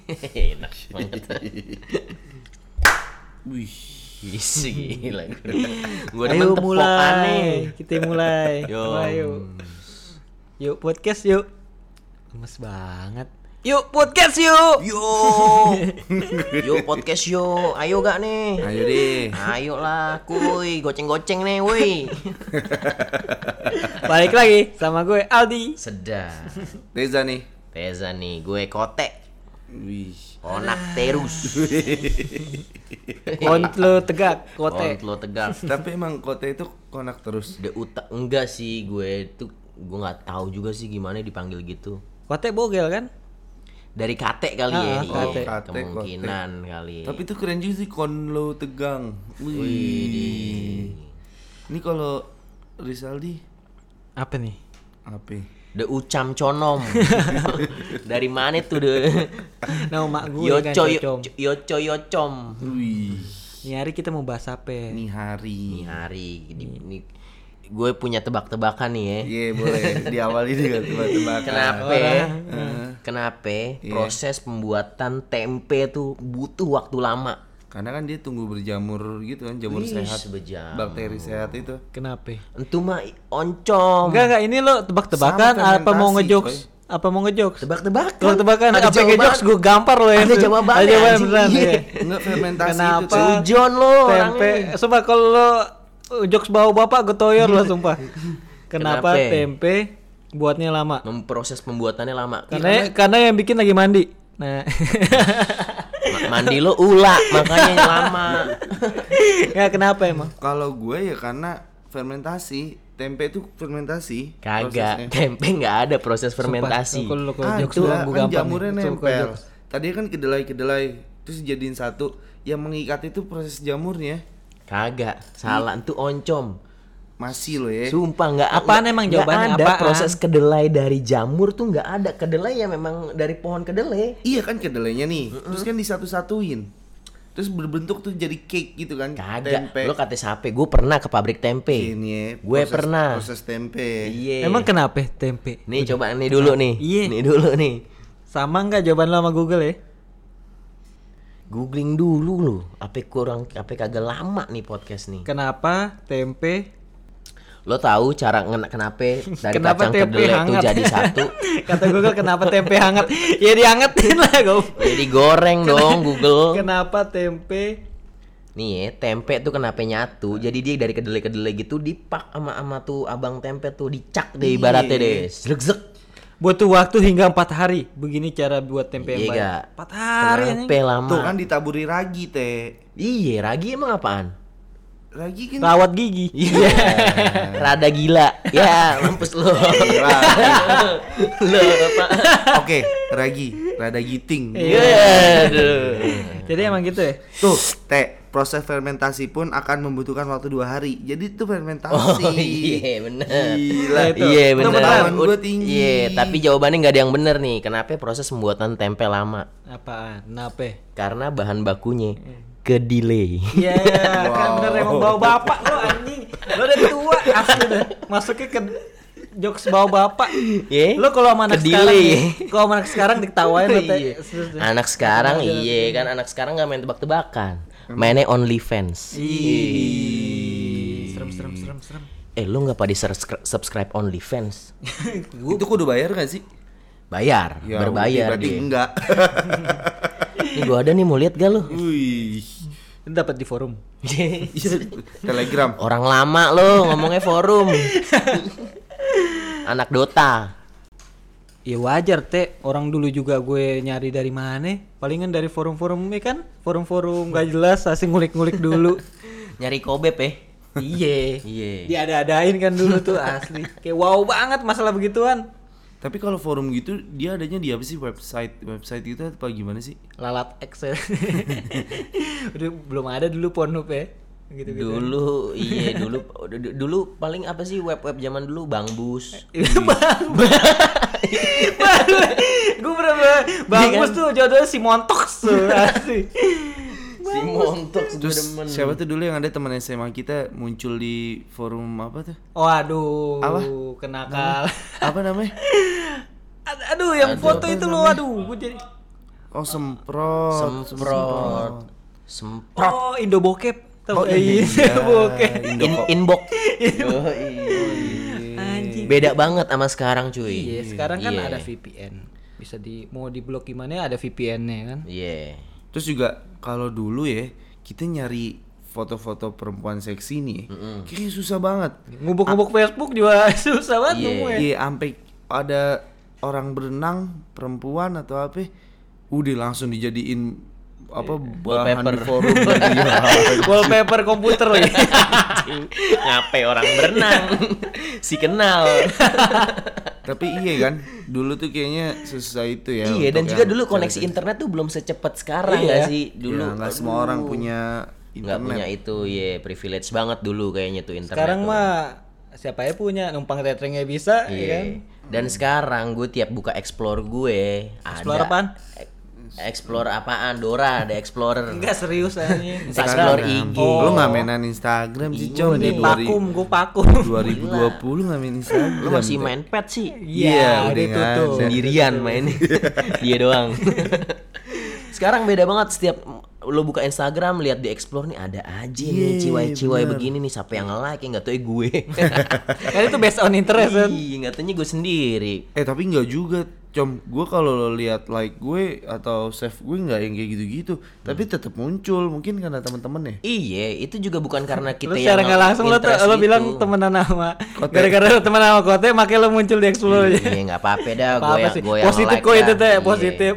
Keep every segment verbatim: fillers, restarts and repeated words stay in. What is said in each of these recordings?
Enak banget. Wih, Isi gila. Gua Ayo demen mulai, tepokannya. kita mulai. Yo. Ayo. Yuk podcast yuk. Gemes banget. Yuk podcast yuk. Yo. Yo podcast yo. Ayo gak nih? ayo deh. Ayo lah, kuy, goceng-goceng nih, woi. Balik lagi sama gue Aldi. Sedap. Reza nih. Teza nih, gue Kote. Wih. Onak terus. Kontlo tegak, kote. Kontlo tegak. Tapi emang kota itu konak terus. De utak enggak sih, gue tuh gue nggak tahu juga sih gimana dipanggil gitu. Kote bogel kan? Dari kate kali ya, Ah, iya, kate. Kate, kemungkinan kali. Tapi itu keren juga sih, Konlo Tegang. Wih. Wih, Ini kalau Rizaldi Apa nih? apa? de ucam conom. Dari mana tuh de? Nama mak gue kan Yoco Cocom. yoco yocom. Wih. Ini hari kita mau bahas apa? Ini hari. Ini hari ini, ini gue punya tebak-tebakan nih ya. Iya, boleh diawali dengan tebak-tebakan. Kenapa? Heeh. Kenapa Iya. proses pembuatan tempe tuh butuh waktu lama? Karena kan dia tunggu berjamur gitu kan, jamur Wih, sehat, berjamur. bakteri sehat itu. Kenapa? Entu mah oncom. Enggak enggak ini lo tebak-tebakan Sama apa mau fermentasi, ngejokes? coy. Apa mau ngejokes? Tebak-tebakan. Kalau tebakan Ada apa jawaban. ngejokes gue gampar lo ya. Ada jawabannya, Ada jawaban anjing. beneran Iya. ya. Enggak fermentasi Kenapa? itu. cuy. Sujon lo Tempe. orangnya. Coba kalau lo uh, jokes bau bapak gue toyor lah sumpah. Kenapa Kenapa? tempe buatnya lama? Memproses pembuatannya lama. Karena karena yang bikin lagi mandi. Nah. Ma- mandi lo ula makanya lama. Ya kenapa emang? Kalau gue ya karena fermentasi, tempe itu fermentasi. Kagak, prosesnya. tempe nggak ada proses fermentasi. Sumpah, Kalau lo Ah, jokes itu gue kan gampar. jamurnya nih. Coba nempel. jokes. Tadi kan kedelai-kedelai terus jadiin satu. Yang mengikat itu proses jamurnya. Kagak, salah itu oncom. Masih loh ya. Sumpah nggak Apaan nggak- emang nggak jawabannya, ada apaan? proses kedelai dari jamur tuh nggak ada. Kedelai ya memang dari pohon kedelai. Iya kan kedelainya nih. Terus kan disatu-satuin. Terus berbentuk tuh jadi cake gitu kan. Kagak, Tempe. lo kata siapa? Gue pernah ke pabrik tempe. Ini ya, Gue proses- pernah. Proses tempe. Iya. Emang kenapa tempe? Nih coba nih dulu nih. Iya. Nih dulu nih. Sama nggak jawaban lo sama Google ya? Googling dulu lo. Apa kurang apa kagak lama nih podcast nih. Kenapa tempe? Lo tahu cara ngena kenapa dari Kenapa kacang tempe kedelai itu hangat? jadi satu? Kata Google kenapa tempe hangat? Ya dihangetin lah gue. Ya digoreng dong Google. Kenapa tempe? Nih ya, tempe tuh kenapa nyatu? Jadi dia dari kedelai-kedelai gitu dipak sama sama tuh abang tempe tuh dicak deh ibaratnya deh. Zrek-zrek. Butuh waktu hingga empat hari. Begini cara buat tempe yang Iya baik. gak? Empat hari anjing. Kenapa lama? Tuh kan ditaburi ragi teh. Iya, ragi emang apaan? Ragi kan Rawat gigi. Iya. Rada gila. Ya, mampus lo. Gila. Lo apa? Oke, ragi, rada giting. Iya, aduh. Jadi emang gitu ya? Tuh, teh, proses fermentasi pun akan membutuhkan waktu dua hari. Jadi itu Oh fermentasi. iya bener. Gila itu. Iya Itu bener. pengetahuan Ud- gua tinggi. Iya, tapi jawabannya nggak ada yang bener nih. Kenapa proses pembuatan tempe lama? Apaan? Kenapa? Karena bahan bakunya kedelai. Iya, kan bener emang bau bapak lo anjing. Lo udah tua asli dah. Masuknya ke jokes bau bapak. Ye? Lo kalau sama anak Kedelai. sekarang, nih, kalau sama anak sekarang diketawain lo teh. Iya. Anak sekarang iya kan anak sekarang nggak main tebak-tebakan. Mainnya OnlyFans. Ih, serem serem serem serem. Eh lu nggak pada subscri- subscribe OnlyFans? Itu kudu bayar gak sih? Bayar, Ya, berbayar berarti dia. enggak. Nih gua ada nih mau lihat gak lu? Wih. Itu dapat di forum. Telegram. Orang lama lo ngomongnya forum. Anak Dota. Ya wajar teh, orang dulu juga gue nyari dari mana? Palingan dari forum-forum ya kan? Forum-forum gak jelas, asing ngulik-ngulik dulu. Nyari kobeb ya. Iya. Iya. Diada-adain kan dulu tuh asli. Kayak wow banget masalah begituan. Tapi kalau forum gitu dia adanya di apa sih, website website itu apa gimana sih? Lalat X. Udah belum ada dulu Pornhub ya. Gitu-gitu. Dulu iya dulu du- dulu paling apa sih web-web zaman dulu Bang Bus. Gue bener-bener bagus tuh jodohnya si Montox tuh asli. Si Montok gue Terus demen. siapa tuh dulu yang ada teman S M A kita muncul di forum apa tuh? Waduh, Apa? kenakal. Apa namanya? Ad- Aduh, yang Aduh, foto apa itu lo, namanya? aduh, gue jadi Oh, semprot. Semprot. Semprot. Oh, Indo bokep. Tahu Oh, iya. Indo bokep. In inbox. Anjing. Beda banget sama sekarang cuy. Iya, sekarang kan Iya. ada V P N. Bisa di mau diblok gimana ada V P N-nya kan. Iya. Terus juga kalau dulu ya kita nyari foto-foto perempuan seksi nih, kayaknya susah banget. Ngubuk-ngubuk Facebook juga susah banget Iya. nemu ya. Iya, sampai ada orang berenang perempuan atau apa, udah langsung dijadiin apa bahan Wallpaper. di forum. Iya. Wallpaper komputer lagi. Ngapain orang berenang? Si kenal. Tapi iya kan, dulu tuh kayaknya susah itu ya. Iya, dan untuk juga yang dulu koneksi cewek-cewek. internet tuh belum secepat sekarang Iya. nggak sih? Dulu Dulu nggak semua orang punya nggak internet. punya itu, ya privilege banget dulu kayaknya tuh internet. Sekarang tuh. mah siapa ya punya numpang tetrengnya bisa, Iya. ya kan? Dan sekarang gue tiap buka explore gue Explore ada apaan? e- Explore apaan? Dora ada Explorer. Enggak serius anjing. Explore I G. Oh. Lu nggak mainan Instagram sih, Com? Ini Di vakum, gua vakum. dua ribu dua puluh nggak main Instagram. Lu masih main pet sih? Iya, udah udah nggak tutup. ada. Sendirian mainnya. Dia doang. Sekarang beda banget, setiap lo buka Instagram lihat di explore nih ada aja nih Iya, ciwai-ciwai bener. begini nih, siapa yang nge-like ya nggak tahu ya gue. Kan itu based on interest kan. Iya, nggak taunya gue sendiri. Eh tapi nggak juga, Com. Gue kalau lo lihat like gue atau save gue nggak yang kayak gitu-gitu, tapi tetap muncul. Mungkin karena teman-teman ya. Iya, itu juga bukan karena kita Lu yang secara nggak langsung lo tuh interest lo gitu. bilang temenan sama Kote. gara-gara lo temenan sama Kote makanya lo muncul di explore aja. Iya, nggak apa-apa dah, gue Apa-apa yang sih? gue yang Positif like kok itu dah. teh, Iya. positif.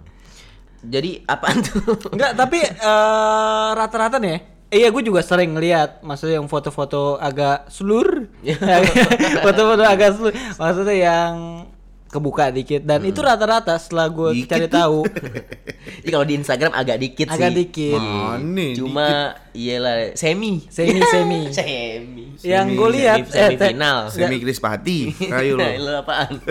Jadi apaan tuh? Enggak, tapi eh, rata-rata nih ya. Eh, iya, gue juga sering ngeliat, maksudnya yang foto-foto agak slur, foto-foto agak slur, maksudnya yang kebuka dikit, dan itu rata-rata setelah gue Dikit cari tuh. tahu, Jadi kalau di Instagram agak dikit sih. agak dikit. Mana Cuma iyalah semi. Semi semi. Semi. Yang Semi- gue lihat, semi- semifinal. Semi Krispati. Ayo lo. Nah, lu apaan?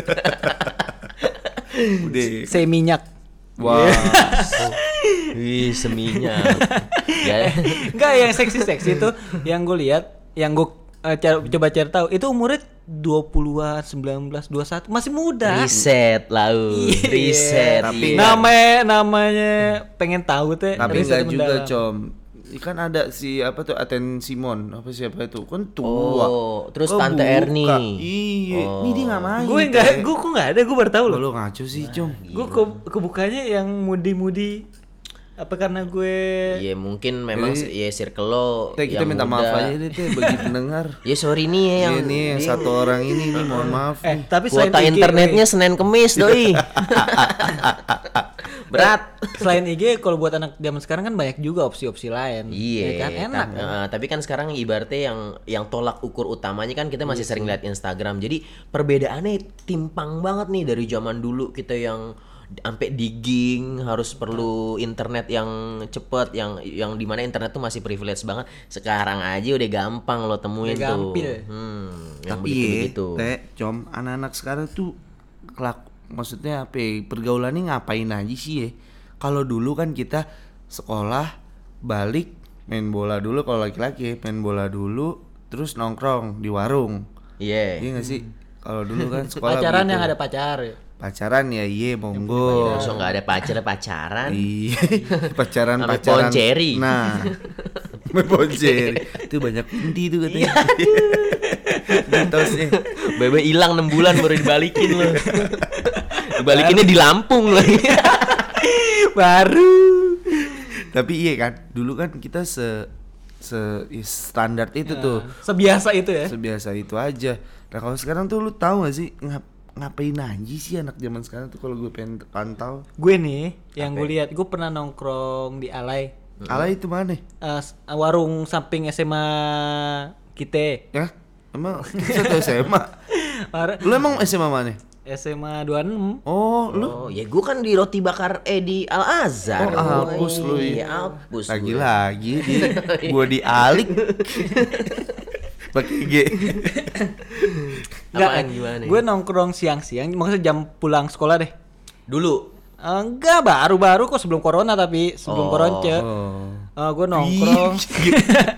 Udah. seminyak. Wah. Wih, seminya. Ya. Enggak, yang seksi-seksi itu yang gue lihat, yang gue eh, cara- coba cari tahu, itu umurnya dua puluhan, sembilan belas, dua puluh satu, masih muda. Riset lau. Iya. Riset. Tapi iya. Namanya namanya pengen tahu teh. Tapi riset enggak juga, mendalam. Com. Kan ada si apa tuh Aten Simon, apa siapa itu? Kan tua. Oh, terus Kok Tante buka? Ernie. Iya, Oh. ini dia nggak main. Gue enggak, gue kok enggak ada, gue baru tahu Lo loh. lo ngaco sih, Com. Gue ke kebukanya yang mudi-mudi. Apa karena gue Iya, mungkin memang Jadi- ya circle lo Teh, kita yang minta maaf muda. aja deh Teh bagi pendengar. Ya sorry nih ya yang Ini yang dia- satu orang ini nih, mohon maaf. eh nih. tapi selain kuota I G, internetnya nih, Senin Kemis doi. Berat. selain I G kalau buat anak zaman sekarang kan banyak juga opsi-opsi lain. Iya Ya kan enak. ta- eh, tapi kan sekarang ibaratnya yang yang tolak ukur utamanya kan kita masih sering lihat Instagram. Jadi perbedaannya timpang banget nih dari zaman dulu kita yang sampai digging harus perlu internet yang cepet, yang yang dimana internet tuh masih privilege banget. Sekarang aja udah gampang lo temuin Udah tuh. gampil. Hmm, yang Tapi ya, begitu. Teh, Com, anak-anak sekarang tuh kelak maksudnya apa ya, pergaulannya ngapain aja sih ya? Kalau dulu kan kita sekolah, balik, main bola dulu kalau laki-laki, main bola dulu, terus nongkrong di warung. Iya. Iya nggak sih? Kalau dulu kan sekolah Pacaran begitu. yang ada pacar. Ya. Pacaran ya, iya monggo. So nggak ada pacar pacaran. Iya, pacaran Sampai pacaran. pohon ceri. Nah, sampai pohon ceri. Itu banyak inti tuh katanya. Mitosnya. Bebe hilang enam bulan baru dibalikin lo. Dibalikinnya di Lampung lagi. Baru. Tapi iya kan, dulu kan kita se se ya, standar itu tuh, Sebiasa itu ya. sebiasa itu aja. Nah kalau sekarang tuh lu tahu gak sih ngap, ngapain aja sih anak zaman sekarang tuh kalau gue pengen pantau. Gue nih yang gue lihat, gue pernah nongkrong di Alay. Ala itu mana? Eh, s- warung samping S M A kita. Ya, emang kita satu S M A. War- Lu emang S M A mana? S M A dua puluh enam. Oh, lu Oh, ya gue kan di roti bakar eh di Al Azhar. Oh, Alpus lu, Iya, ya. Alpus. gue. lagi-lagi di gua dialik. Pakai G. Apaan gimana? Gue nongkrong siang-siang, maksudnya jam pulang sekolah deh. Dulu. Eh, enggak, baru-baru kok sebelum corona tapi sebelum Oh. koronce. Oh. Eh, gue nongkrong.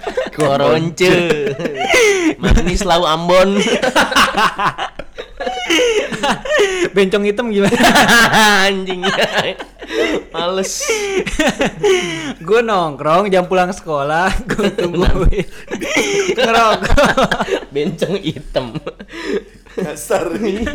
Koronce. Magnis lau Ambon. Bencong hitam gimana? Anjing. Males. Gue nongkrong jam pulang sekolah, gue tungguin ngerokok. Bencong hitam. Kasar nih.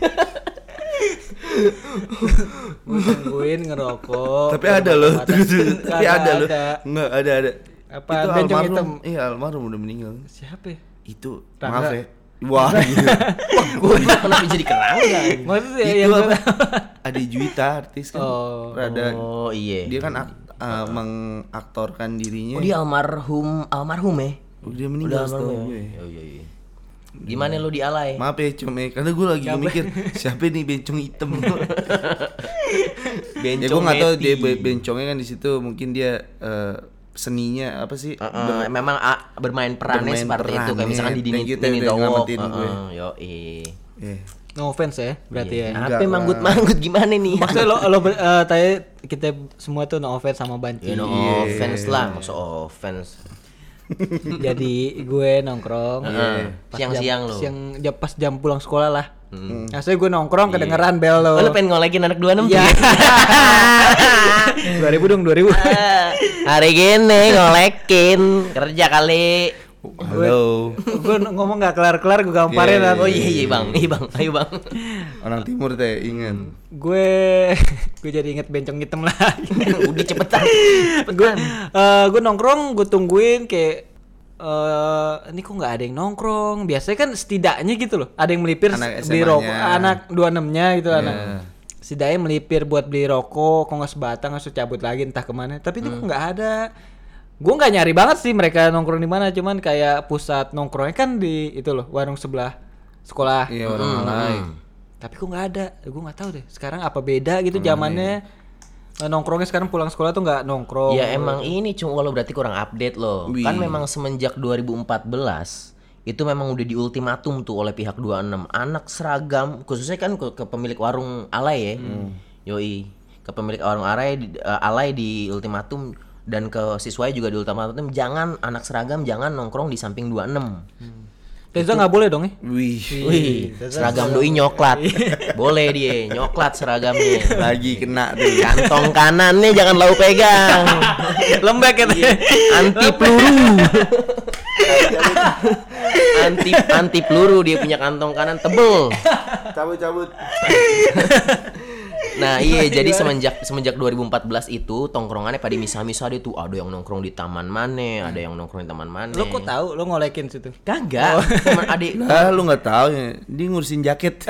Gue tungguin ngerokok. Tapi ada loh. Nggak Tapi ada loh. ada. Enggak ada ada. Apa, Itu bencong almarhum. hitam? Iya, almarhum udah meninggal. Siapa ya? Itu Rangga. maaf ya. Wah, gitu. Gue kenapa jadi kerangga? Maksudnya Itu yang apa? gue Ade Juwita artis kan. Oh. Rada Oh iya. dia kan ak- uh, mengaktorkan dirinya. Oh dia almarhum almarhum ya? Udah meninggal Udah setahu almarhum gue. ya? Oh, iya iya. Gimana lo di alay? Maaf ya Come, karena gue lagi mikir siapa nih bencong hitam. Ya gue nggak tahu dia be- bencongnya kan di situ mungkin dia eh, seninya apa sih? Uh, uh, memang ah, bermain perannya bermain seperti itu kayak perannya. misalkan di Dini Thank you, Dini thank you, Dawok. nyelamatin Uh, gue. uh, yo Eh, no offense ya, berarti ya. Enggak Apa lah. manggut-manggut gimana nih? Maksudnya lo lo ber- eh, tadi kita semua tuh no offense sama Banci. Ya no Iya. offense lah, masa offense. Jadi gue nongkrong Heeh. pas Siang-siang jam, lo. siang jam pas jam pulang sekolah lah. Nah, saya gue nongkrong kedengeran bel lo. Oh, lo pengen ngolekin anak dua puluh enam? Iya. dua ribu dong, dua ribu. Hari gini ngolekin kerja kali. halo. Gue ngomong gak kelar-kelar gue gamparin Iya, lah. Oh iya iya bang, iya bang, ayo bang. Orang timur teh ingat. Gue gue jadi inget bencong hitam lagi. Udah cepetan. gue eh, gue nongkrong, gue tungguin kayak eh ini kok nggak ada yang nongkrong. Biasanya kan setidaknya gitu loh, ada yang melipir Anak beli S M A-nya. rokok, anak dua puluh enam-nya gitu Iya. anak. Setidaknya melipir buat beli rokok, kok nggak sebatang langsung cabut lagi entah kemana. Tapi ini kok nggak ada. Gue nggak nyari banget sih mereka nongkrong di mana, cuman kayak pusat nongkrongnya kan di itu loh, warung sebelah sekolah. Iya orang lain. Tapi kok nggak ada, gue nggak tahu deh. Sekarang apa beda gitu zamannya? Eh, nongkrongnya sekarang pulang sekolah tuh nggak nongkrong. Ya emang ini cuma lo berarti kurang update loh. Wih. Kan memang semenjak dua ribu empat belas itu memang udah diultimatum tuh oleh pihak dua puluh enam anak seragam khususnya kan ke, ke pemilik warung alay ya. Yoi, ke pemilik warung alay di, eh, alay di ultimatum dan ke siswanya juga di ultimatum jangan anak seragam jangan nongkrong di samping dua puluh enam. Teza nggak boleh dong ya? Wih, Wih, seragam doi nyoklat. Boleh dia, nyoklat seragamnya. lagi kena tuh. Kantong kanannya jangan lau pegang. Lembek ya. Anti peluru. anti anti peluru dia punya kantong kanan tebel. Cabut-cabut. Nah, iya jadi semenjak semenjak dua ribu empat belas itu tongkrongannya pada misah-misah deh tuh. Ada yang nongkrong di taman mana, ada yang nongkrong di taman mana. Lo kok tahu? Lo ngolekin situ? Kagak. Cuman adik Ah, lu nggak tahu ya. Dia ngurusin jaket.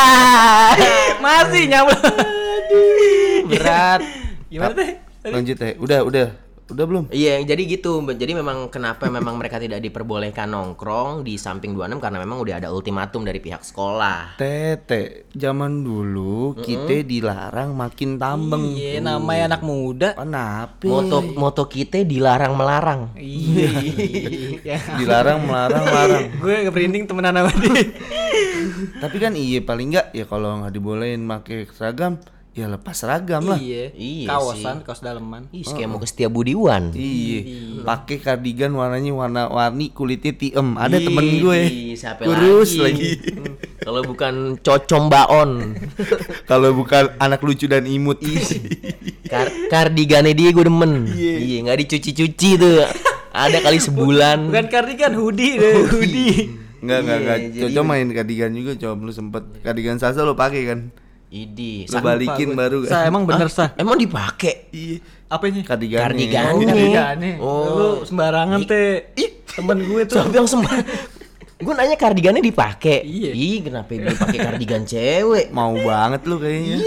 Masih nyamuk. berat. Gimana teh? Lanjut teh. Udah, udah. Udah belum? Iya, jadi gitu. Jadi memang kenapa memang mereka tidak diperbolehkan nongkrong di samping dua puluh enam karena memang udah ada ultimatum dari pihak sekolah. Tete, zaman dulu kita dilarang makin tambeng. Iya, namanya anak muda. Kenapa? Moto moto kita dilarang melarang. Iya. Dilarang, melarang, melarang. Gue keberinding temenan sama dia. Tapi kan iya paling enggak ya kalau nggak dibolehin pakai seragam, ya lepas seragam lah. Iya. Iya Kaosan, kaos daleman. Ih, kayak mau ke Setia Budiwan. Iya, pakai kardigan warnanya warna-warni, kulitnya tiem. Ada Ih, temen gue, siapa kurus lagi? lagi. Kalau bukan Cocom Baon. Kalau bukan anak lucu dan imut. Kar kardigannya dia gue demen. Iya, nggak dicuci-cuci tuh. Ada kali sebulan. Bukan kardigan, hoodie deh, hoodie. Enggak, enggak, enggak. Iya, jadi- Cocok main kardigan juga, coba lu sempet kardigan Sasa lo pakai kan? Idi. Lu balikin baru Sa, kan? emang bener sah. Emang dipakai? Iya. Apanya? Kardigannya. Kardigannya. Kardigannya. Oh. Lu sembarangan teh. Temen gue tuh. Siapa yang sembar? Gue nanya kardigannya dipakai. Iya. Ih, kenapa dia pakai kardigan cewek? Mau banget lu kayaknya.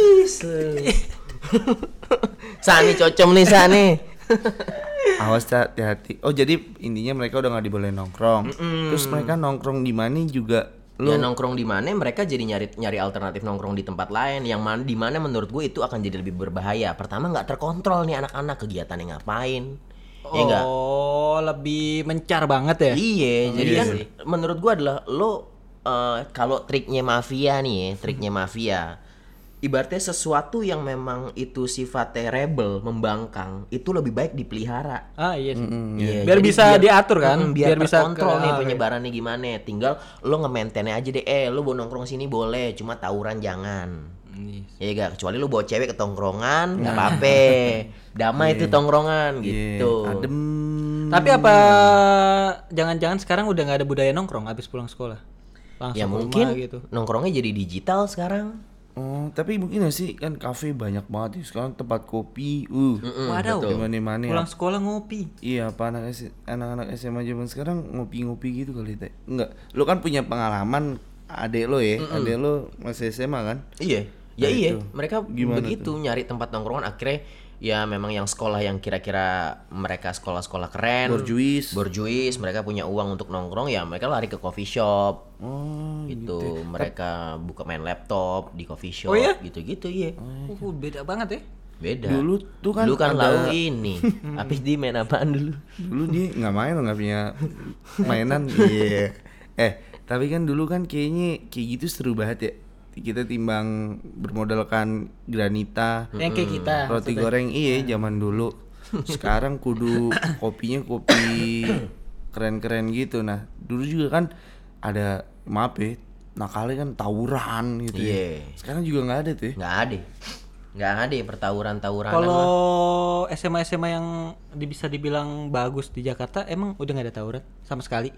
Sani Cocom nih Sani. Awas hati-hati. Oh jadi intinya mereka udah nggak dibolehin nongkrong. Terus mereka nongkrong di mana juga lu Ya nongkrong di mana mereka jadi nyari nyari alternatif nongkrong di tempat lain yang mana di mana menurut gue itu akan jadi lebih berbahaya. Pertama nggak terkontrol nih anak-anak kegiatannya ngapain. Ya enggak? Oh, lebih mencar banget ya? Iya, jadi iya kan sih. menurut gua adalah lo eh, kalau triknya mafia nih, ya, triknya mafia ibaratnya sesuatu yang memang itu sifatnya rebel, membangkang, itu lebih baik dipelihara. Ah iya sih. Iya, Biar jadi bisa diatur kan, mm, biar, biar bisa terkontrol ke- nih ah, penyebarannya gimana. Tinggal lo nge-maintain aja deh. Eh, lo mau nongkrong sini boleh, cuma tawuran jangan. Iya. Ya gak, kecuali lu bawa cewek ke tongkrongan, nggak apa-apa. Damai itu tongkrongan gitu. Iya, adem. Tapi apa jangan-jangan sekarang udah nggak ada budaya nongkrong abis pulang sekolah? Langsung Ya ke mungkin rumah gitu. nongkrongnya jadi digital sekarang. Oh, tapi mungkin gak sih kan kafe banyak banget ya sekarang, tempat kopi, uh, Wadaw. di mana-mana. Pulang sekolah ngopi. Iya, apa anak S- anak-anak S M A zaman sekarang ngopi-ngopi gitu kali teh. Enggak, lu kan punya pengalaman adek lo ya, adek lo masih S M A kan? Iya, ya Nah, iya. itu. Mereka Gimana begitu nyari tempat nongkrongan akhirnya ya memang yang sekolah yang kira-kira mereka sekolah-sekolah keren, Borjuis. borjuis, mereka punya uang untuk nongkrong ya mereka lari ke coffee shop. Oh, Gitu, mereka buka main laptop di coffee shop Oh iya? gitu-gitu iya. Uh, beda banget ya. Beda. Dulu tuh kan Dulu kan ada- lau ini. Habis di main apaan dulu? dulu dia nggak main, nggak punya mainan. Iya. Eh, tapi kan dulu kan kayaknya kayak gitu seru banget ya. Kita timbang bermodalkan granita, Yang kayak kita. roti goreng, iya zaman dulu. Sekarang kudu kopinya kopi keren-keren gitu. Nah, dulu juga kan ada, maaf ya, nakalnya kan tawuran gitu ya. Iya. Sekarang juga nggak ada tuh ya. Nggak ada. Nggak ada pertawuran-tawuranan Kalau mah. S M A S M A yang di- bisa dibilang bagus di Jakarta emang udah nggak ada tawuran sama sekali.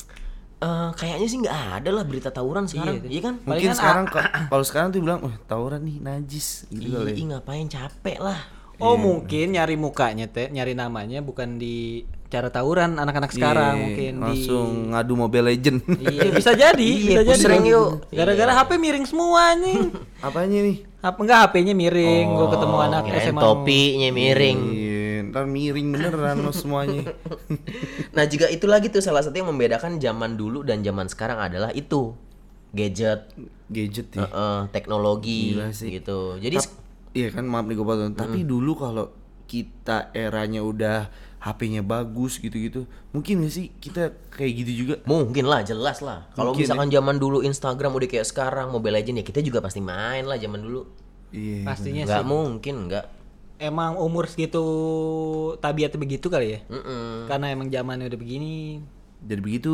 Eh, kayaknya sih nggak ada lah berita tawuran sekarang. Iya, Iya kan? Mungkin Palingan sekarang ka- kalau sekarang tuh bilang, wah tawuran nih najis gitu kali. Ih, ih, ngapain capek lah. Oh mungkin nyari mukanya teh, nyari namanya bukan di cara tawuran anak-anak sekarang Iya, mungkin langsung di. ngadu Mobile Legend. Iya bisa jadi, Iya, bisa jadi. sering yuk. Gara-gara H P miring semua nih. Apanya nih? Apa enggak H P-nya miring, gua ketemu anak S Kirain M A. topinya miring. Iya, ntar miring beneran lo semuanya. Nah juga itu lagi tuh salah satu yang membedakan zaman dulu dan zaman sekarang adalah itu gadget, Gadget ya. eh, teknologi Gila sih. gitu. Jadi Tap- iya kan, maaf nih gue potong. Tapi dulu kalau kita eranya udah H P-nya bagus gitu-gitu, mungkin gak sih kita kayak gitu juga? mungkin lah, jelas lah. Kalau Mungkin misalkan zaman dulu Instagram udah kayak sekarang Mobile Legends ya kita juga pasti main lah zaman dulu. Iya. Pastinya Nggak sih. mungkin nggak. Emang umur segitu tabiatnya begitu kali ya. Mm-mm. Karena emang zamannya udah begini. Jadi begitu.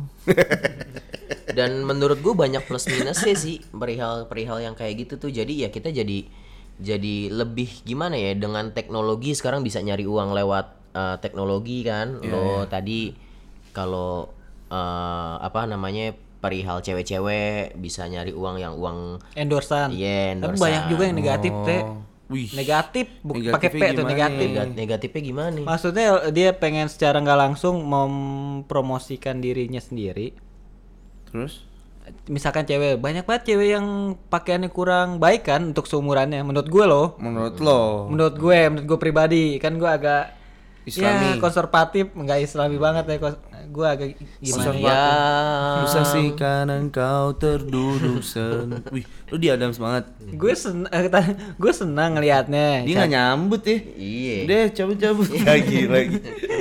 Dan menurut gue banyak plus minusnya sih perihal perihal yang kayak gitu tuh. Jadi ya kita jadi jadi lebih gimana ya, dengan teknologi sekarang bisa nyari uang lewat eh, teknologi kan. Lo tadi kalau eh, apa namanya perihal cewek-cewek bisa nyari uang yang uang Endorsan. Iya, Tapi endorsan. banyak juga yang negatif teh. Oh. Wih. Negatif, bu- Negatifnya pakai P tuh gimana negatif. nih? Negat- negatifnya gimana nih? Maksudnya dia pengen secara nggak langsung mempromosikan dirinya sendiri. Terus? Misalkan cewek, banyak banget cewek yang pakaiannya kurang baik kan untuk seumurannya. Menurut gue loh. Menurut lo? Menurut gue, menurut gue pribadi, kan gue agak Islami. ya konservatif, nggak Islami banget ya. kos- Gue agak gimana? Ya. Bisa sih kan engkau terduduk sen. Wih, lu diadam semangat. Gue sen gue senang ngelihatnya. Dia nggak nyambut ya. Iya. Deh, cabut-cabut lagi lagi.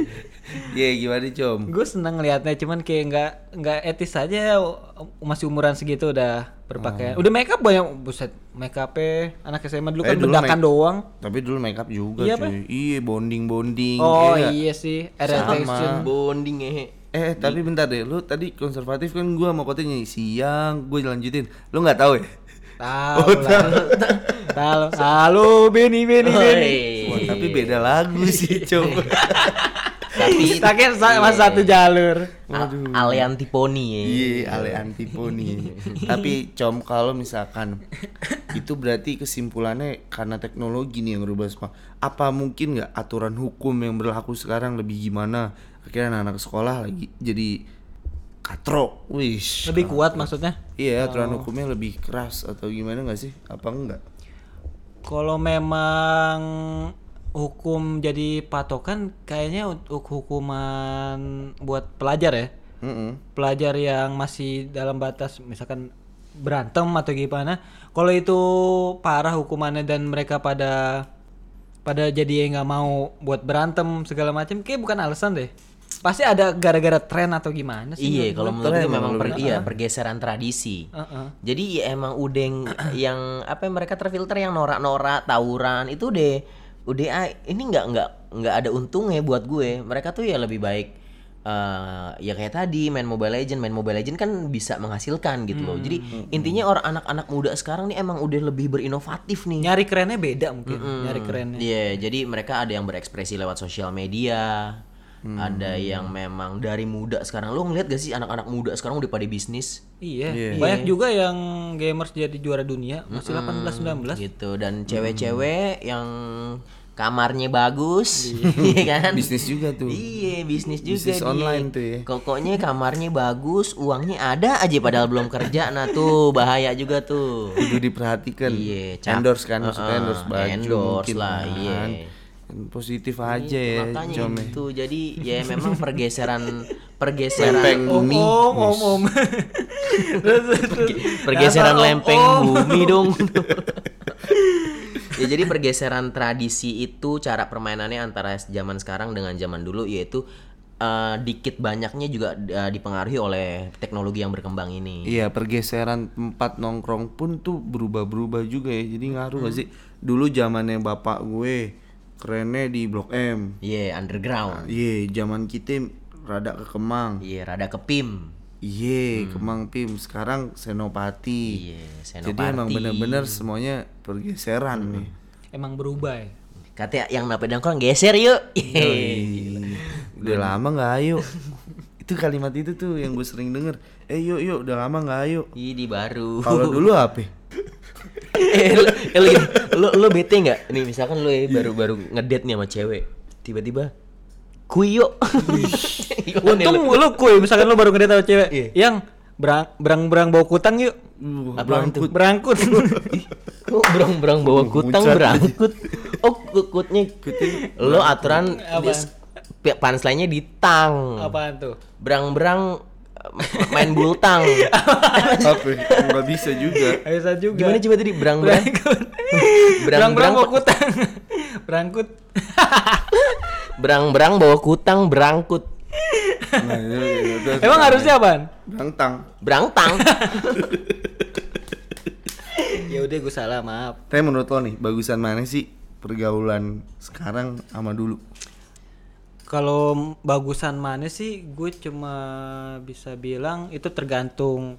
Iya, gimana com? Gue senang ngelihatnya, cuman kayak nggak nggak etis aja masih umuran segitu udah berpakaian. Udah make up banyak, buset, make up-nya anak S M A dulu Eh, kan dulu bedakan make- doang. Tapi dulu make up juga Iya, cuy. Iya, bonding-bonding. Oh Iya. iya sih, Sama. orientation. Bonding ya. Eh, tapi bentar deh. Lu tadi konservatif kan, gua mau kota nyanyi siang, gue lanjutin. Lu nggak tahu ya? Tahu lah. Tahu. Halo Beni Beni Beni. Wah, tapi beda lagu sih, coba. Tapi Kita kan sa- mas satu jalur. A- ale antiponi ya. Iya, ale antiponi. Tapi com, kalau misalkan itu berarti kesimpulannya karena teknologi nih yang berubah semua. Apa mungkin nggak aturan hukum yang berlaku sekarang lebih gimana? Akhirnya anak-anak sekolah lagi jadi katro, wish. Lebih kuat maksudnya. Iya, aturan hukumnya lebih keras atau gimana nggak sih? Apa enggak? Kalau memang hukum jadi patokan, kayaknya untuk hukuman buat pelajar ya. Mm-mm. Pelajar yang masih dalam batas misalkan berantem atau gimana. Kalau itu parah hukumannya dan mereka pada pada jadi nggak mau buat berantem segala macam, kayak bukan alasan deh. Pasti ada gara-gara tren atau gimana sih? Iya, kalau menurut Tren gue memang per- menurut iya pergeseran tradisi. Heeh. Jadi ya emang udah yang, yang apa ya, mereka terfilter yang norak-norak, tawuran itu udah udah ah, ini nggak nggak nggak ada untungnya buat gue. Mereka tuh ya lebih baik eh, ya kayak tadi main Mobile Legend, main Mobile Legend kan bisa menghasilkan gitu loh. Jadi intinya orang anak-anak muda sekarang nih emang udah lebih berinovatif nih. Nyari kerennya beda mungkin. Nyari kerennya. Iya, jadi mereka ada yang berekspresi lewat sosial media. Ada yang memang dari muda sekarang. Lo ngeliat gak sih anak-anak muda sekarang udah pada bisnis? Iya. Iya. Banyak juga yang gamers jadi juara dunia masih delapan belas sembilan belas. Gitu. Dan cewek-cewek yang kamarnya bagus, iya kan? Bisnis juga tuh. Iya, bisnis juga Bisnis dia. online tuh ya. Pokoknya kamarnya bagus, uangnya ada aja padahal belum kerja. Nah tuh bahaya juga tuh. Kudu diperhatikan. Iya, cak- endorse kan maksudnya Uh-uh, endorse baju endorse mungkin lah, iya. kan. Positif aja ya, Makanya Jom. itu. Jadi ya memang pergeseran pergeseran Lempeng Om bumi. om om om. Terus, terus. pergeseran Dasar om, lempeng om. bumi dong. Ya jadi pergeseran tradisi itu cara permainannya antara zaman sekarang dengan zaman dulu yaitu eh, dikit banyaknya juga eh, dipengaruhi oleh teknologi yang berkembang ini. Iya, pergeseran tempat nongkrong pun tuh berubah-berubah juga ya. Jadi ngaruh gak sih? Dulu zamannya bapak gue kerennya di Blok M. Iya, underground. Iya, zaman kita rada ke Kemang. Iya, rada ke P I M. Iya, Kemang P I M. Sekarang Senopati. Iya, Jadi Senopati. emang bener-bener semuanya pergeseran nih. Emang berubah ya. Katanya yang nape dongkrong geser yuk. Ih, udah lama nggak ayo. Itu kalimat itu tuh yang gue sering denger. Eh yuk yuk, udah lama nggak ayo. Ini baru. Kalau dulu apa? eh, lu, eh, lu, gini, lu, lu bete nggak? Nih misalkan lu ya baru-baru ngedate nih sama cewek, tiba-tiba kuyo. Untung lu kuy misalkan lu baru ngedate sama cewek Iya. yang berang berang berang bawa kutang yuk. Uh, Apaan tuh? Berangkut. Kok berang-berang bawa kutang Muncat. berangkut? Oh kutnya lo aturan Apaan? di- punchline-nya di tang. Apaan tuh? Berang-berang eh, main bultang. Apa? Nggak bisa juga. Bisa juga. Gimana coba tadi berang-berang? Berangkut. Berang-berang Berang-berang bawa pe- kutang. Berangkut. Berang-berang bawa kutang berangkut. Nah, itu, itu, itu, Emang harusnya apaan? Bangtang. Berangtang. Ya udah gue salah, maaf. Tapi menurut lo nih, bagusan mana sih pergaulan sekarang sama dulu? Kalau bagusan mana sih, gue cuma bisa bilang itu tergantung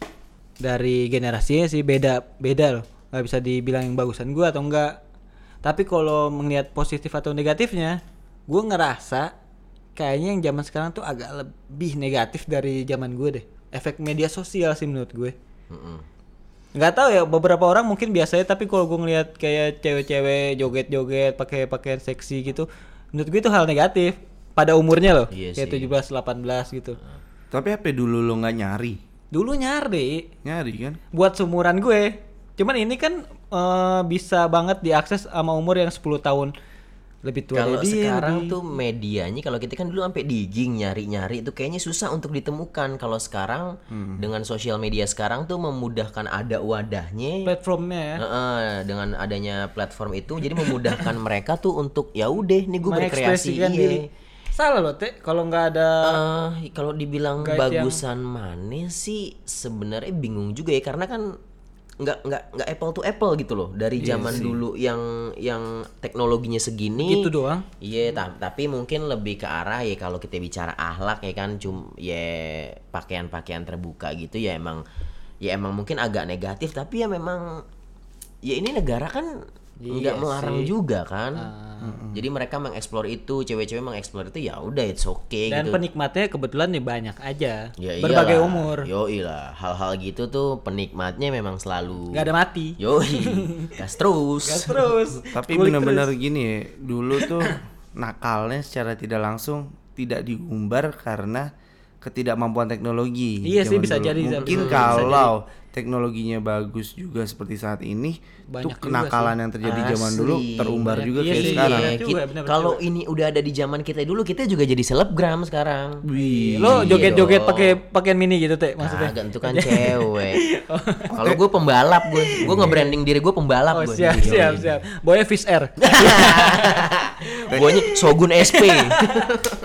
dari generasinya sih, beda beda loh. Gak bisa dibilang yang bagusan gue atau enggak. Tapi kalau melihat positif atau negatifnya, gue ngerasa kayaknya yang zaman sekarang tuh agak lebih negatif dari zaman gue deh. Efek media sosial sih menurut gue. Mm-mm. Nggak tahu ya, beberapa orang mungkin biasanya, tapi kalau gue ngeliat kayak cewek-cewek joget-joget pakai pakaian seksi gitu, menurut gue itu hal negatif pada umurnya loh. Iya Kayak sih. tujuh belas delapan belas gitu. Tapi apa dulu lo nggak nyari? Dulu nyari Nyari kan? buat seumuran gue. Cuman ini kan eh, bisa banget diakses sama umur yang sepuluh tahun lebih tua Kalau dari dia. sekarang lebih- tuh medianya, kalau kita kan dulu sampai digging nyari-nyari itu kayaknya susah untuk ditemukan. Kalau sekarang dengan sosial media sekarang tuh memudahkan, ada wadahnya. platformnya ya. Heeh, dengan adanya platform itu jadi memudahkan mereka tuh untuk ya udah nih gue berkreasi. mengekspresikan Iya. diri. Salah loh Teh kalau nggak ada Eh, kalau dibilang Guide yang- bagusan mana sih sebenarnya bingung juga ya, karena kan nggak nggak nggak apple to apple gitu loh dari zaman dulu yang yang teknologinya segini gitu doang. iya ta- tapi mungkin lebih ke arah ya kalau kita bicara akhlak ya kan, cum ya pakaian-pakaian terbuka gitu ya emang ya emang mungkin agak negatif, tapi ya memang ya ini negara kan nggak Iya melarang sih. juga kan. Ah. Jadi mereka mengeksplor itu, cewek-cewek mengeksplor itu ya udah it's okay Dan gitu. penikmatnya kebetulan nih banyak aja. Ya Berbagai iyalah. umur. Yoi lah, hal-hal gitu tuh penikmatnya memang selalu Nggak ada mati. Yoi, gas terus. Gas terus. Tapi Kulik benar-benar terus. gini ya, dulu tuh nakalnya secara tidak langsung tidak diumbar karena ketidakmampuan teknologi. Iya sih, zaman bisa dulu. jadi, Mungkin bisa kalau teknologinya bagus juga seperti saat ini, Banyak tuh juga kenakalan yang terjadi zaman Asli. dulu terumbar Banyak, juga iya kayak sih, sekarang. iya. Iya, juga, kita- benar, kalau betul. ini udah ada di zaman kita dulu, kita juga jadi selebgram sekarang. Wih. Lo joget-joget dong. pakai pakaian mini gitu Teh maksudnya. Kagak, itu kan cewek. Kalau gue pembalap, gue gue nge-branding diri gue pembalap. Oh gue. siap siap siap. Boya Fish Air. Guanya Shogun S P.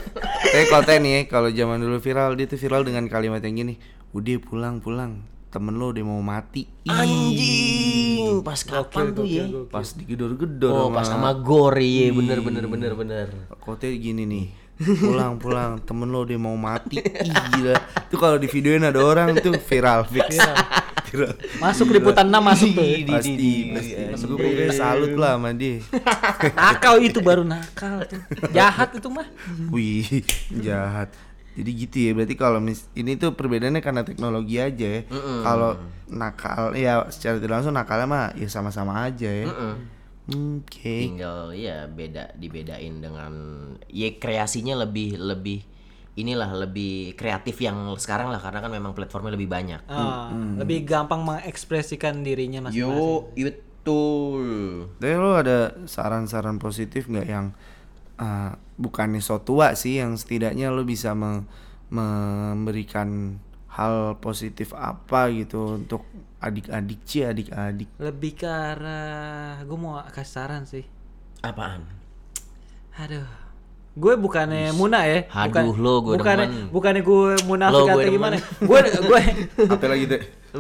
Tapi konten nih, kalau zaman dulu viral, dia tuh viral dengan kalimat yang gini, udah pulang pulang, temen lo udah mau mati. Anjing, pas kapan tuh ya? Pas digedor-gedor. Oh, pas sama Gori, bener bener bener bener. Kote gini nih, pulang pulang, temen lo udah mau mati. Ih, gila. Tuh kalau di videoin ada orang tuh viral fix. Viral. Masuk liputan enam masuk tuh. Pasti, pasti. Gue pokoknya salut lah sama dia. Nakal itu baru nakal tuh. Jahat itu mah. Wih, jahat. Jadi gitu ya. Berarti kalau mis- ini tuh perbedaannya karena teknologi aja ya. Kalau nakal ya secara tidak langsung nakalnya mah ya sama-sama aja ya. Oke. Tinggal ya beda dibedain dengan ya kreasinya lebih lebih inilah lebih kreatif yang sekarang lah karena kan memang platformnya lebih banyak. Ah, lebih gampang mengekspresikan dirinya masing-masing. Yo, betul. Tapi lo ada saran-saran positif nggak yang uh, bukannya so tua sih, yang setidaknya lo bisa me- memberikan hal positif apa gitu untuk adik-adik cie adik-adik. Lebih ke arah gue mau kasih saran sih. Apaan? Aduh. Gue bukannya muna ya. Aduh, lo, gue bukannya, demen. bukannya gue munafik Lo, gue atau demen. gimana. Gue gue Apa lagi deh?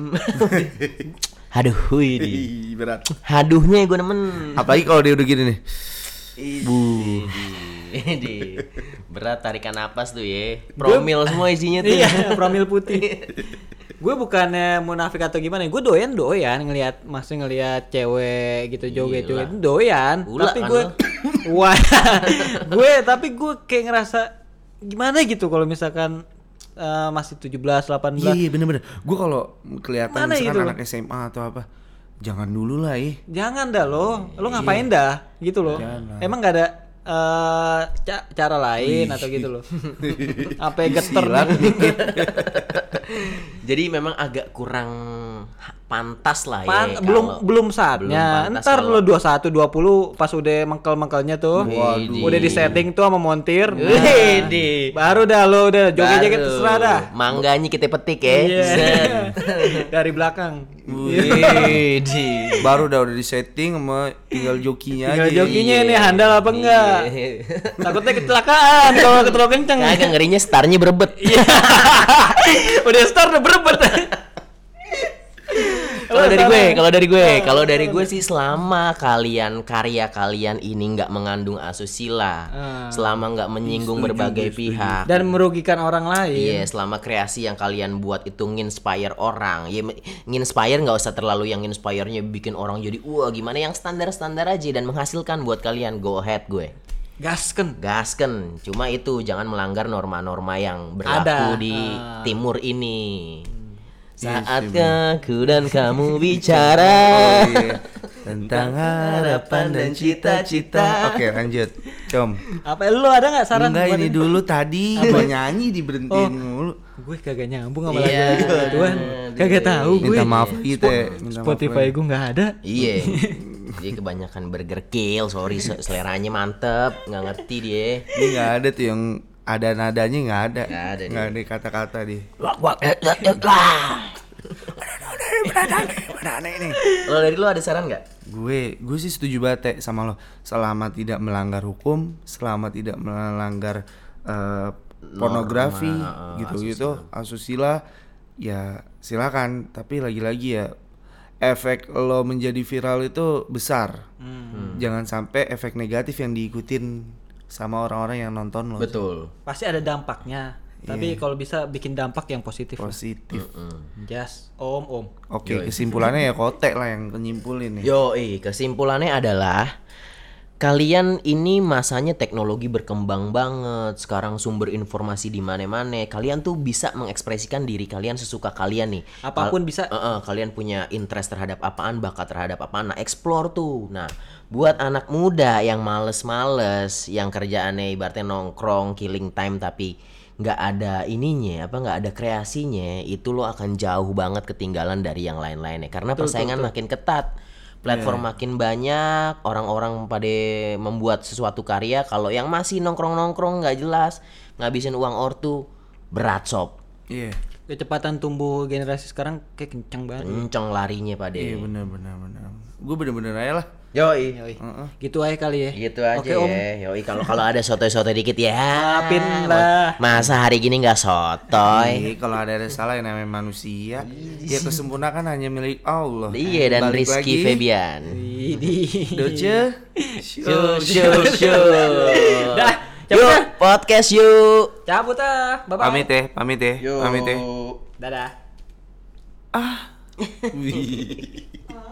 Aduh, wih di. Ih, berat. Haduhnya gue demen. Apalagi kalau dia udah gini nih. Bu. Di. Berat tarikan napas tuh ya. Promil semua isinya tuh. iya, promil putih. Gue bukannya munafik atau gimana, gue doyan doyan ngelihat, masih ngelihat cewek gitu joget-joget doyan. Ula tapi kan gue, lo. wah, gue tapi gue kayak ngerasa gimana gitu kalau misalkan uh, masih tujuh belas, delapan belas. Iya, iya bener-bener. Gue kalau kelihatan Mana misalkan itu? anak S M A atau apa, jangan dulu lah eh. Jangan dah lo, lo ngapain dah gitu loh. Jangan lah. Emang gak ada uh, ca- cara lain atau gitu loh. Sampai geter Silat dikit. Jadi memang agak kurang pantas lah ya. Pan- kalau- belum belum saatnya. belum pantas Ntar kalau- lo dua puluh satu dua puluh pas udah mengkel-mengkelnya tuh. Waduh. Udah di setting tuh sama montir. Nah, Widih. baru dah lo udah joget-joget Baru. terserah dah. Mangganya kita petik ya. Iya. Set. Dari belakang. Widih. Baru udah udah di setting sama tinggal jokinya Tinggal aja. jokinya Iya. ini handal apa enggak? Iya. Takutnya kecelakaan kalau terlalu kenceng. Kagak ngerinya starnya berebet. Iya. Udah start udah berebet. Kalau dari gue, kalau dari gue, kalau dari gue sih selama kalian karya kalian ini nggak mengandung asusila, Ah. selama nggak menyinggung Setuju, berbagai gue setuju. pihak, Dan merugikan orang lain. iya, selama kreasi yang kalian buat itu nginspire orang, ya nginspire nggak usah terlalu yang inspire-nya bikin orang jadi wah gimana, yang standar-standar aja dan menghasilkan buat kalian, go ahead gue. Gasken. Gasken, cuma itu jangan melanggar norma-norma yang berlaku Ada. di Ah. timur ini. Iya Saat sih, aku dan kamu bicara Oh, iya. Tentang harapan dan cita-cita. Oke, lanjut. Com. Apa lu ada nggak saran? Enggak, buat ini dulu tadi gua nyanyi diberhentiin mulu. Gue kagak nyambung sama Iya. lagu gituan. Kagak tahu gue. Minta maaf gitu ya. Minta maaf Spotify banget. gue nggak ada. Iya. Dia kebanyakan burger kill, sorry se- seleranya mantep, nggak ngerti dia. Ini nggak ada tuh yang ada nadanya, nggak ada. Nggak ada Nggak ada kata-kata dia. Wak wak eh, eh, eh, lah. Kalau dari lu ada saran nggak? Gue, gue sih setuju banget Teh, sama lo. Selama tidak melanggar hukum, selama tidak melanggar eh, pornografi, Norma, eh, gitu-gitu, asusila, ya silakan. Tapi lagi-lagi ya, efek lo menjadi viral itu besar. Jangan sampai efek negatif yang diikutin sama orang-orang yang nonton lo. Betul. Pasti ada dampaknya. Tapi kalau bisa bikin dampak yang positif. Positif. Jas, om om. Oke, kesimpulannya ya Kotek lah yang nyimpulin nih. Yo, kesimpulannya adalah kalian ini masanya teknologi berkembang banget. Sekarang sumber informasi di mana-mana. Kalian tuh bisa mengekspresikan diri kalian sesuka kalian nih. Apapun Kal- bisa. Eh, eh, kalian punya interest terhadap apaan, bakat terhadap apaan. Nah, explore tuh. Nah, buat anak muda yang males-males, yang kerjaannya ibaratnya nongkrong, killing time tapi nggak ada ininya, apa nggak ada kreasinya, itu lo akan jauh banget ketinggalan dari yang lain-lainnya. Karena persaingan makin ketat. Platform makin banyak, orang-orang pada membuat sesuatu karya. Kalau yang masih nongkrong-nongkrong nggak jelas, ngabisin uang ortu, berat sob. Iya. kecepatan tumbuh generasi sekarang kayak kencang banget. Kenceng larinya Pak Iya De. bener bener bener. Gue bener-bener aja lah. Yoi. Yoi. Heeh. Gitu aja kali ya. Gitu aja Oke, Om. ya. Yoi, kalau kalau ada sotoy-sotoy dikit ya. Maafin lah. Masa hari gini nggak sotoy? Iya, kalau ada ada salah yang namanya manusia, ya kesempurnaan hanya milik Allah. Iya, dan Balik Rizky lagi. Febian. Widih. Doce. Show, show, show. Dah, cabut Yuk, dah. podcast yuk. Cabut ah. Bye bye. Pamit ya, pamit ya, pamit ya. Dadah. Ah. Wih.